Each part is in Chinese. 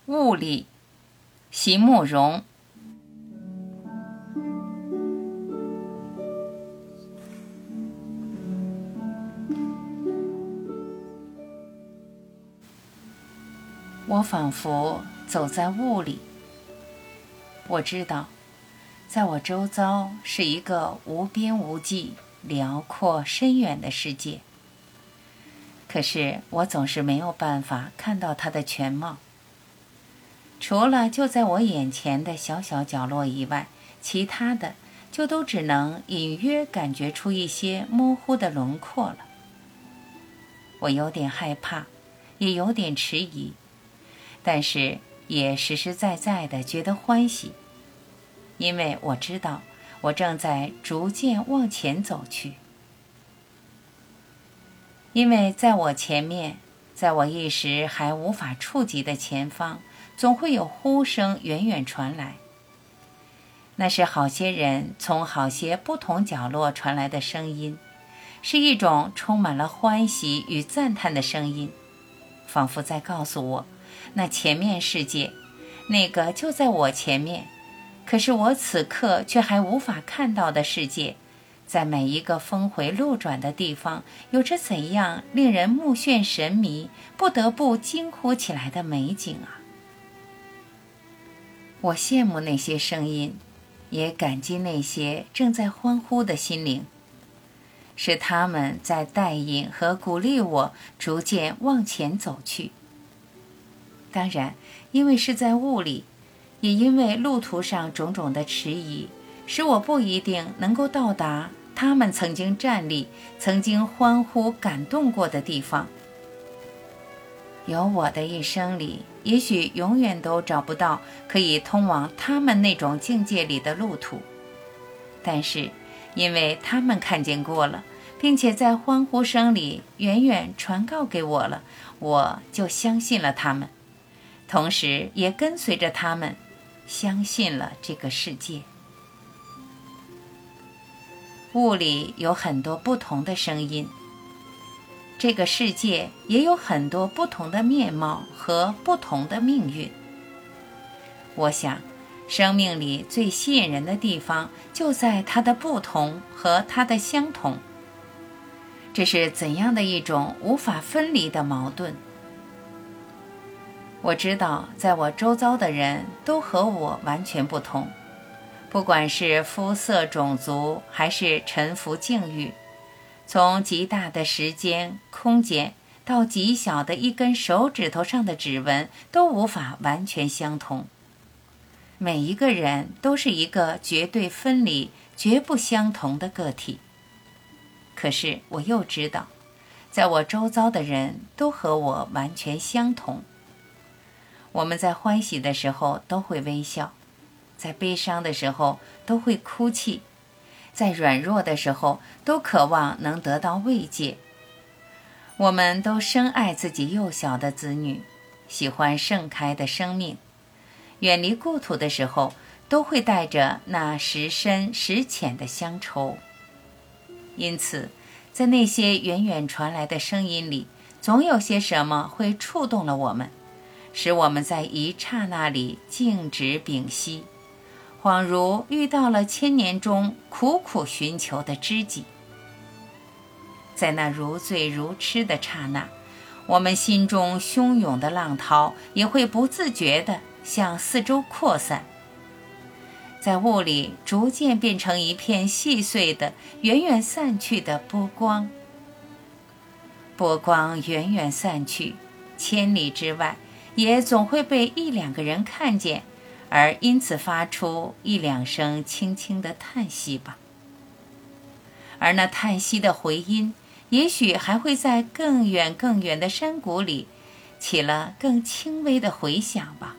物理，席慕容。我仿佛走在雾里，我知道，在我周遭是一个无边无际、辽阔深远的世界。可是我总是没有办法看到它的全貌。除了就在我眼前的小小角落以外，其他的就都只能隐约感觉出一些模糊的轮廓了。我有点害怕，也有点迟疑，但是也实实在在地觉得欢喜，因为我知道我正在逐渐往前走去。因为在我前面，在我一时还无法触及的前方，总会有呼声远远传来。那是好些人从好些不同角落传来的声音，是一种充满了欢喜与赞叹的声音，仿佛在告诉我，那前面世界，那个就在我前面，可是我此刻却还无法看到的世界，在每一个峰回路转的地方，有着怎样令人目眩神迷，不得不惊呼起来的美景啊！我羡慕那些声音，也感激那些正在欢呼的心灵，是他们在带引和鼓励我逐渐往前走去。当然，因为是在雾里，也因为路途上种种的迟疑，使我不一定能够到达他们曾经站立、曾经欢呼感动过的地方。有我的一生里，也许永远都找不到可以通往他们那种境界里的路途，但是因为他们看见过了，并且在欢呼声里远远传告给我了，我就相信了他们，同时也跟随着他们相信了这个世界。雾里有很多不同的声音，这个世界也有很多不同的面貌和不同的命运。我想，生命里最吸引人的地方就在它的不同和它的相同。这是怎样的一种无法分离的矛盾？我知道，在我周遭的人都和我完全不同，不管是肤色、种族，还是沉浮境遇，从极大的时间、空间到极小的一根手指头上的指纹，都无法完全相同。每一个人都是一个绝对分离、绝不相同的个体。可是我又知道，在我周遭的人都和我完全相同。我们在欢喜的时候都会微笑，在悲伤的时候都会哭泣，在软弱的时候都渴望能得到慰藉。我们都深爱自己幼小的子女，喜欢盛开的生命，远离故土的时候都会带着那时深时浅的乡愁。因此，在那些远远传来的声音里，总有些什么会触动了我们，使我们在一刹那里静止屏息，恍如遇到了千年中苦苦寻求的知己。在那如醉如痴的刹那，我们心中汹涌的浪涛也会不自觉地向四周扩散，在雾里逐渐变成一片细碎的、远远散去的波光。波光远远散去，千里之外也总会被一两个人看见，而因此发出一两声轻轻的叹息吧。而那叹息的回音，也许还会在更远更远的山谷里起了更轻微的回响吧。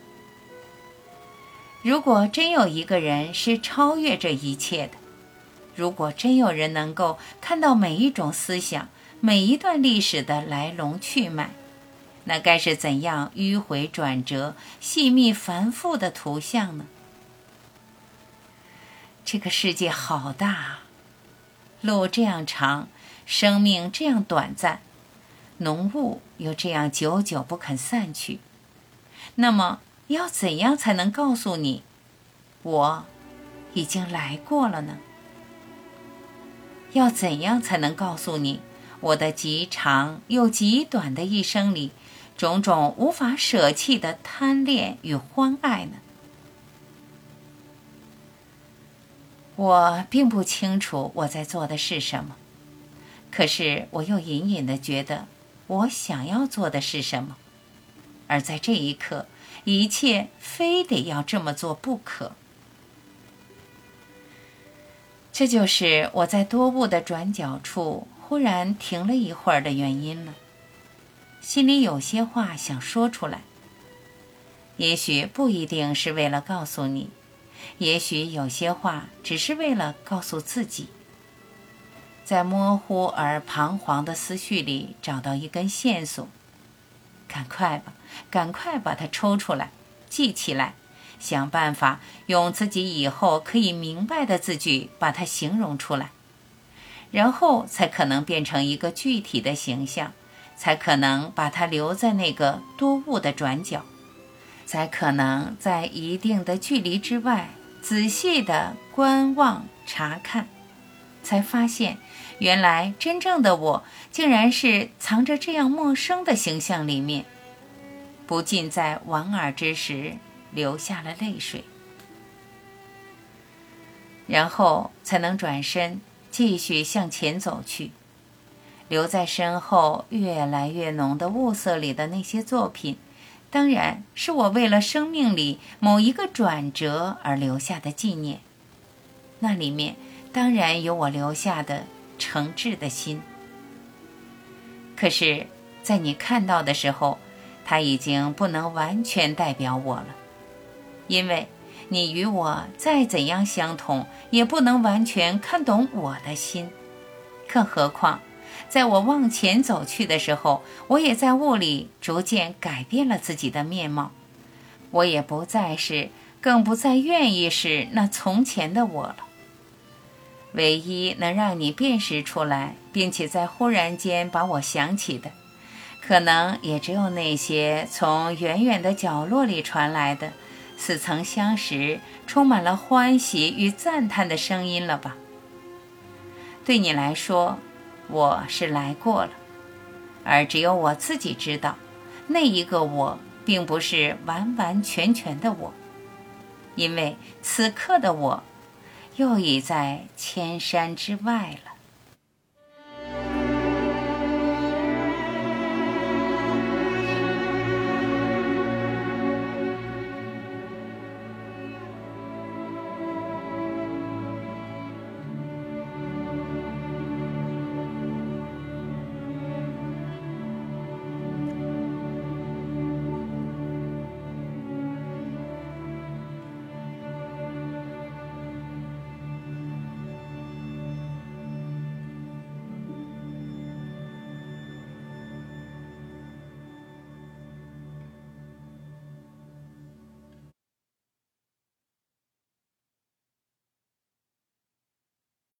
如果真有一个人是超越这一切的，如果真有人能够看到每一种思想、每一段历史的来龙去脉，那该是怎样迂回转折、细密繁复的图像呢？这个世界好大啊，路这样长，生命这样短暂，浓雾又这样久久不肯散去， 那么要怎样才能告诉你，我已经来过了呢？要怎样才能告诉你，我的极长又极短的一生里，种种无法舍弃的贪恋与欢爱呢？我并不清楚我在做的是什么，可是我又隐隐地觉得我想要做的是什么，而在这一刻，一切非得要这么做不可。这就是我在多雾的转角处忽然停了一会儿的原因了。心里有些话想说出来，也许不一定是为了告诉你，也许有些话只是为了告诉自己。在模糊而彷徨的思绪里找到一根线索，赶快吧，赶快把它抽出来，记起来，想办法用自己以后可以明白的字句把它形容出来，然后才可能变成一个具体的形象，才可能把它留在那个多雾的转角，才可能在一定的距离之外仔细地观望查看，才发现原来真正的我竟然是藏着这样陌生的形象里面，不禁在莞尔之时流下了泪水，然后才能转身继续向前走去。留在身后越来越浓的雾色里的那些作品，当然是我为了生命里某一个转折而留下的纪念，那里面当然有我留下的诚挚的心。可是在你看到的时候，它已经不能完全代表我了，因为你与我再怎样相同，也不能完全看懂我的心。更何况在我往前走去的时候，我也在雾里逐渐改变了自己的面貌，我也不再是，更不再愿意是那从前的我了。唯一能让你辨识出来，并且在忽然间把我想起的，可能也只有那些从远远的角落里传来的似曾相识、充满了欢喜与赞叹的声音了吧。对你来说，我是来过了，而只有我自己知道，那一个我并不是完完全全的我，因为此刻的我又已在千山之外了。